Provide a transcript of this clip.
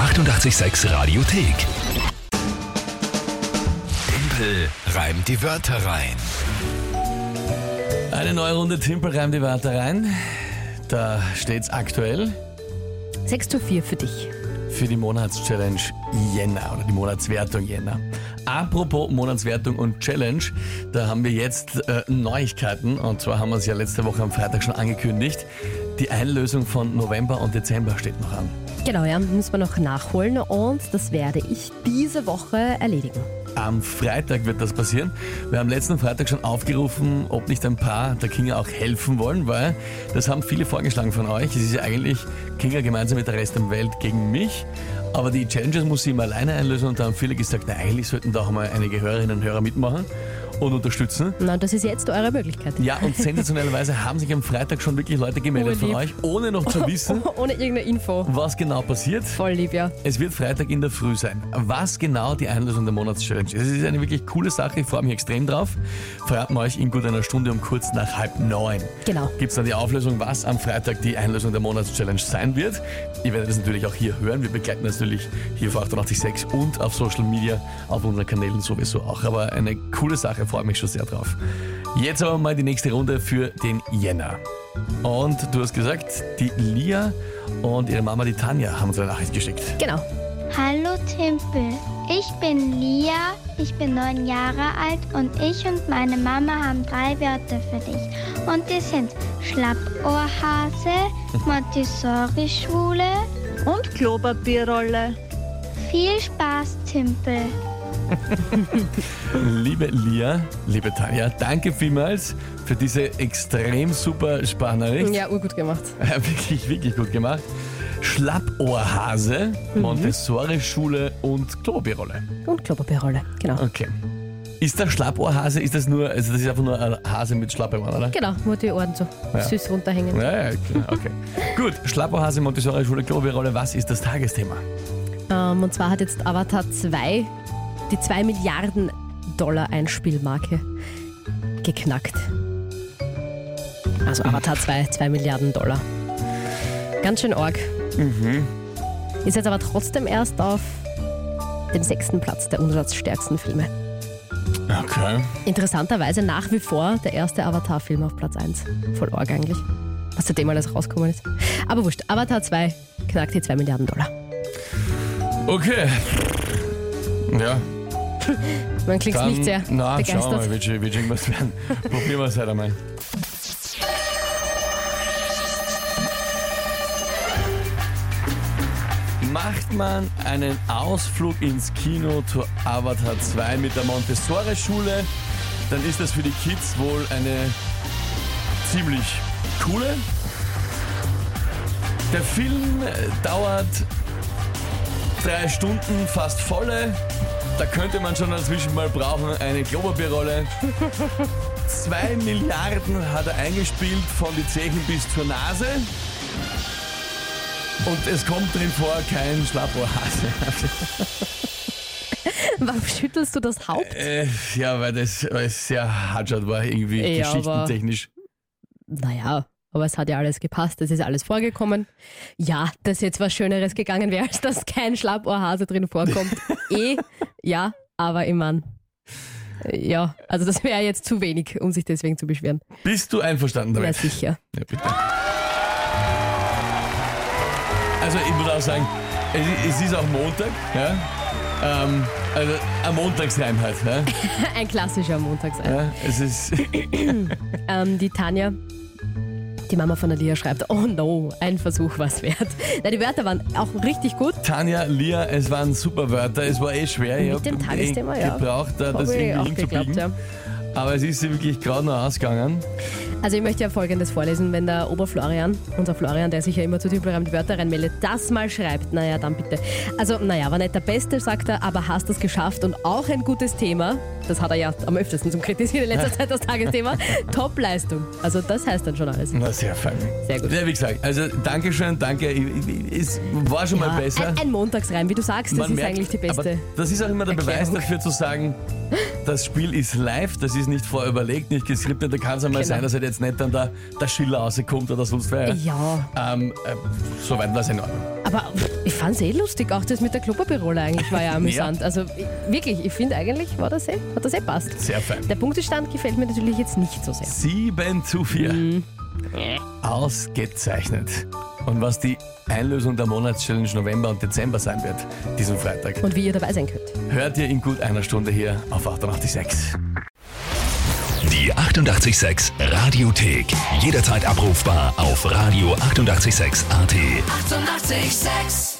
886 Radiothek. Tempel reimt die Wörter rein. Eine neue Runde Timpel reimt die Wörter rein. Da steht's aktuell 6:4 für dich. für die Monatschallenge Jänner oder die Monatswertung Jänner. Apropos Monatswertung und Challenge, da haben wir jetzt Neuigkeiten, und zwar haben wir es ja letzte Woche am Freitag schon angekündigt. Die Einlösung von November und Dezember steht noch an. Genau, ja, müssen wir noch nachholen und das werde ich diese Woche erledigen. Am Freitag wird das passieren. Wir haben letzten Freitag schon aufgerufen, ob nicht ein paar der Kinga auch helfen wollen, weil das haben viele vorgeschlagen von euch. Es ist ja eigentlich Kinga gemeinsam mit der Rest der Welt gegen mich. Aber die Challenges muss sie immer alleine einlösen, und da haben viele gesagt, na, eigentlich sollten da auch mal einige Hörerinnen und Hörer mitmachen und unterstützen. Na, das ist jetzt eure Möglichkeit. Ja, und sensationellerweise haben sich am Freitag schon wirklich Leute gemeldet von euch, ohne noch zu wissen, Ohne irgendeine Info. was genau passiert. Voll lieb, ja. Es wird Freitag in der Früh sein. Was genau die Einlösung der Monatschallenge ist. Es ist eine wirklich coole Sache, ich freue mich extrem drauf. Verraten wir euch in gut einer Stunde um kurz nach 8:30. Genau. Gibt es dann die Auflösung, was am Freitag die Einlösung der Monatschallenge sein wird. Ihr werdet das natürlich auch hier hören. Wir begleiten das natürlich hier auf 886 und auf Social Media, auf unseren Kanälen sowieso auch. Aber eine coole Sache, freue mich schon sehr drauf. Jetzt aber mal die nächste Runde für den Jänner. Und du hast gesagt, die Lia und ihre Mama, die Tanja, haben uns eine Nachricht geschickt. Genau. Hallo Timpel, ich bin Lia, ich bin 9 Jahre alt und ich und meine Mama haben 3 Wörter für dich. Und die sind Schlappohrhase, Montessori-Schule. Und Klopapierrolle. Viel Spaß, Timpel. Liebe Lia, liebe Tanja, danke vielmals für diese extrem super Sparnachricht. Ja, urgut gemacht. Wirklich, wirklich gut gemacht. Schlappohrhase, Montessori-Schule und Klopapierrolle. Und Klopapierrolle, genau. Okay. Ist der Schlappohrhase, ist das nur, also das ist einfach nur ein Hase mit Schlappohren, oder? Genau, wo die Ohren so süß runterhängen. Ja, okay. Gut, Schlappohrhase, Montessori-Schule, Klopapierrolle, was ist das Tagesthema? Und zwar hat jetzt Avatar 2 die 2 Milliarden Dollar Einspielmarke geknackt. Also Avatar 2 Milliarden Dollar. Ganz schön arg. Ist jetzt aber trotzdem erst auf dem 6. Platz der umsatzstärksten Filme. Okay. Interessanterweise nach wie vor der erste Avatar-Film auf Platz 1. Voll arg eigentlich. Was seitdem alles rausgekommen ist. Aber wurscht, Avatar 2 knackt die 2 Milliarden Dollar. Okay. Ja. Man klingt nicht sehr Schauen wir begeistert. mal, wird schon irgendwas werden. Probieren wir es halt einmal. Macht man einen Ausflug ins Kino zu Avatar 2 mit der Montessori-Schule, dann ist das für die Kids wohl eine ziemlich coole. Der Film dauert 3 Stunden, fast volle. Da könnte man schon dazwischen mal brauchen eine Klopapierrolle. 2 Milliarden hat er eingespielt, von die Zehen bis zur Nase. Und es kommt drin vor kein Schlappohrhase. Warum schüttelst du das Haupt? Ja, weil es sehr hardshot war, irgendwie Ja, geschichtentechnisch. Naja, aber es hat ja alles gepasst, es ist alles vorgekommen. Ja, dass jetzt was Schöneres gegangen wäre, als dass kein Schlappohrhase drin vorkommt. Ja, aber ich mein, ja, also das wäre jetzt zu wenig, um sich deswegen zu beschweren. Bist du einverstanden damit? Ja, sicher. Ja, bitte. Also ich muss auch sagen, es ist auch Montag, ja? Also ein Montagsreim halt. Ja? Ein klassischer Montagsreim. Ja, es ist Die Tanja, die Mama von der Lia, schreibt, oh no, ein Versuch war's wert. Na, die Wörter waren auch richtig gut. Tanja, Lia, es waren super Wörter, es war schwer. Ich Mit dem hab Tagesthema, ja. gebraucht, das Habe ich auch irgendwie geglaubt, hinzubiegen. ja. Aber es ist wirklich gerade noch ausgegangen. Also ich möchte ja Folgendes vorlesen, wenn der Oberflorian, unser Florian, der sich ja immer zu Timpel reimt Wörter reinmeldet, das mal schreibt, naja, dann bitte. Also, naja, war nicht der Beste, sagt er, aber hast es geschafft und auch ein gutes Thema. Das hat er ja am öftesten zum Kritisieren in letzter Zeit, das Tagesthema. Top-Leistung. Also das heißt dann schon alles. Na, sehr fein. Sehr gut. Ja, wie gesagt, also Dankeschön, danke. Es war schon mal besser. Ein Montagsreim, wie du sagst, das Man ist merkt, eigentlich die aber beste. das ist auch immer der Beweis Erklärung. dafür zu sagen, das Spiel ist live, das ist nicht vorüberlegt, nicht geskriptet, da kann es einmal Genau. sein, dass halt jetzt nicht dann der Schiller rauskommt oder sonst wer. Ja, Soweit war es in Ordnung. aber Aber ich fand es lustig, auch das mit der Klopapierrolle eigentlich war ja amüsant. Also wirklich, ich finde eigentlich hat das passt. Sehr fein. Der Punktestand gefällt mir natürlich jetzt nicht so sehr. 7:4. Ausgezeichnet. Und was die Einlösung der Monatschallenge November und Dezember sein wird, diesen Freitag, Und wie ihr dabei sein könnt. hört ihr in gut einer Stunde hier auf 886. Die 886 Radiothek. Jederzeit abrufbar auf radio886.at. 886! 886